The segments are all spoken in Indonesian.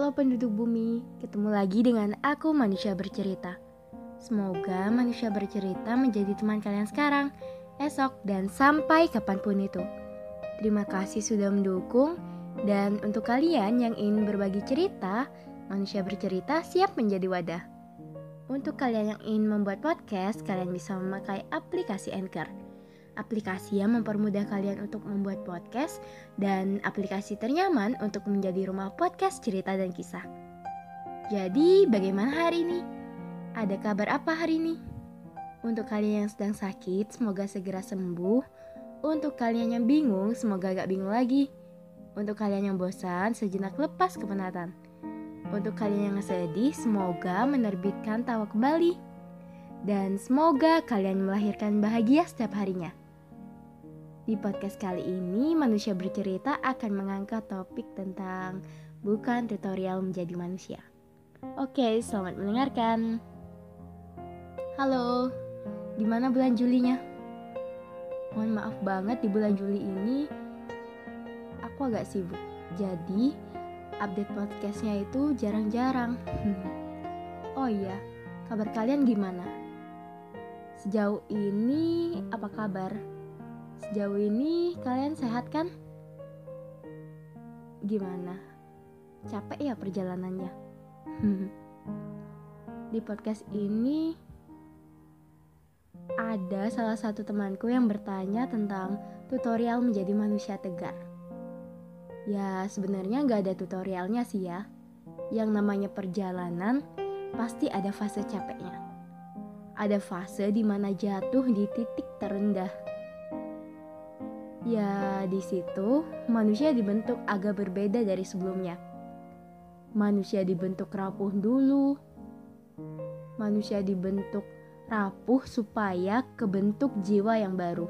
Halo penduduk bumi, ketemu lagi dengan aku Manusia Bercerita. Semoga Manusia Bercerita menjadi teman kalian sekarang, esok, dan sampai kapanpun itu. Terima kasih sudah mendukung, dan untuk kalian yang ingin berbagi cerita, Manusia Bercerita siap menjadi wadah. Untuk kalian yang ingin membuat podcast, kalian bisa memakai aplikasi Anchor. Aplikasi yang mempermudah kalian untuk membuat podcast dan aplikasi ternyaman untuk menjadi rumah podcast cerita dan kisah. Jadi, bagaimana hari ini? Ada kabar apa hari ini? Untuk kalian yang sedang sakit, semoga segera sembuh. Untuk kalian yang bingung, semoga gak bingung lagi. Untuk kalian yang bosan, sejenak lepas kepenatan. Untuk kalian yang sedih, semoga menerbitkan tawa kembali. Dan semoga kalian melahirkan bahagia setiap harinya. Di podcast kali ini, Manusia Bercerita akan mengangkat topik tentang bukan tutorial menjadi manusia. Oke, selamat mendengarkan. Halo, gimana bulan Julinya? Mohon maaf banget di bulan Juli ini aku agak sibuk. Jadi, update podcastnya itu jarang-jarang. Oh iya, kabar kalian gimana? Sejauh ini apa kabar? Sejauh ini kalian sehat kan? Gimana? Capek ya perjalanannya? Di podcast ini ada salah satu temanku yang bertanya tentang tutorial menjadi manusia tegar. Ya sebenarnya gak ada tutorialnya sih ya. Yang namanya perjalanan pasti ada fase capeknya. Ada fase dimana jatuh di titik terendah. Ya, di situ manusia dibentuk agak berbeda dari sebelumnya. Manusia dibentuk rapuh dulu. Manusia dibentuk rapuh supaya kebentuk jiwa yang baru.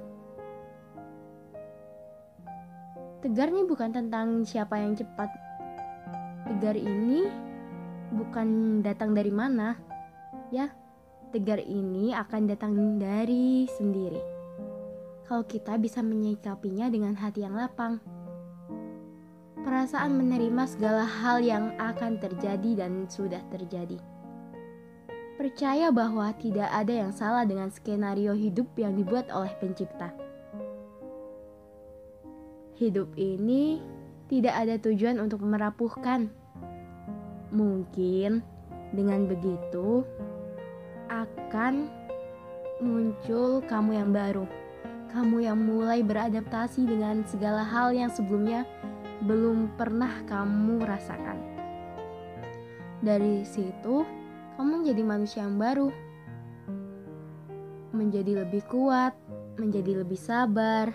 Tegar ini bukan tentang siapa yang cepat. Tegar ini bukan datang dari mana. Ya, tegar ini akan datang dari sendiri. Kalau kita bisa menyikapinya dengan hati yang lapang. Perasaan menerima segala hal yang akan terjadi dan sudah terjadi. Percaya bahwa tidak ada yang salah dengan skenario hidup yang dibuat oleh pencipta. Hidup ini tidak ada tujuan untuk merapuhkan. Mungkin dengan begitu akan muncul kamu yang baru. Kamu yang mulai beradaptasi dengan segala hal yang sebelumnya belum pernah kamu rasakan. Dari situ, kamu menjadi manusia yang baru. Menjadi lebih kuat, menjadi lebih sabar,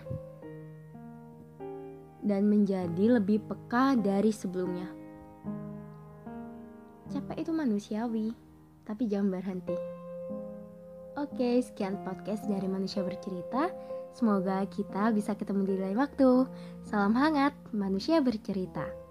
dan menjadi lebih peka dari sebelumnya. Capek itu manusiawi, tapi jangan berhenti. Oke, sekian podcast dari Manusia Bercerita. Semoga kita bisa ketemu di lain waktu. Salam hangat, Manusia Bercerita.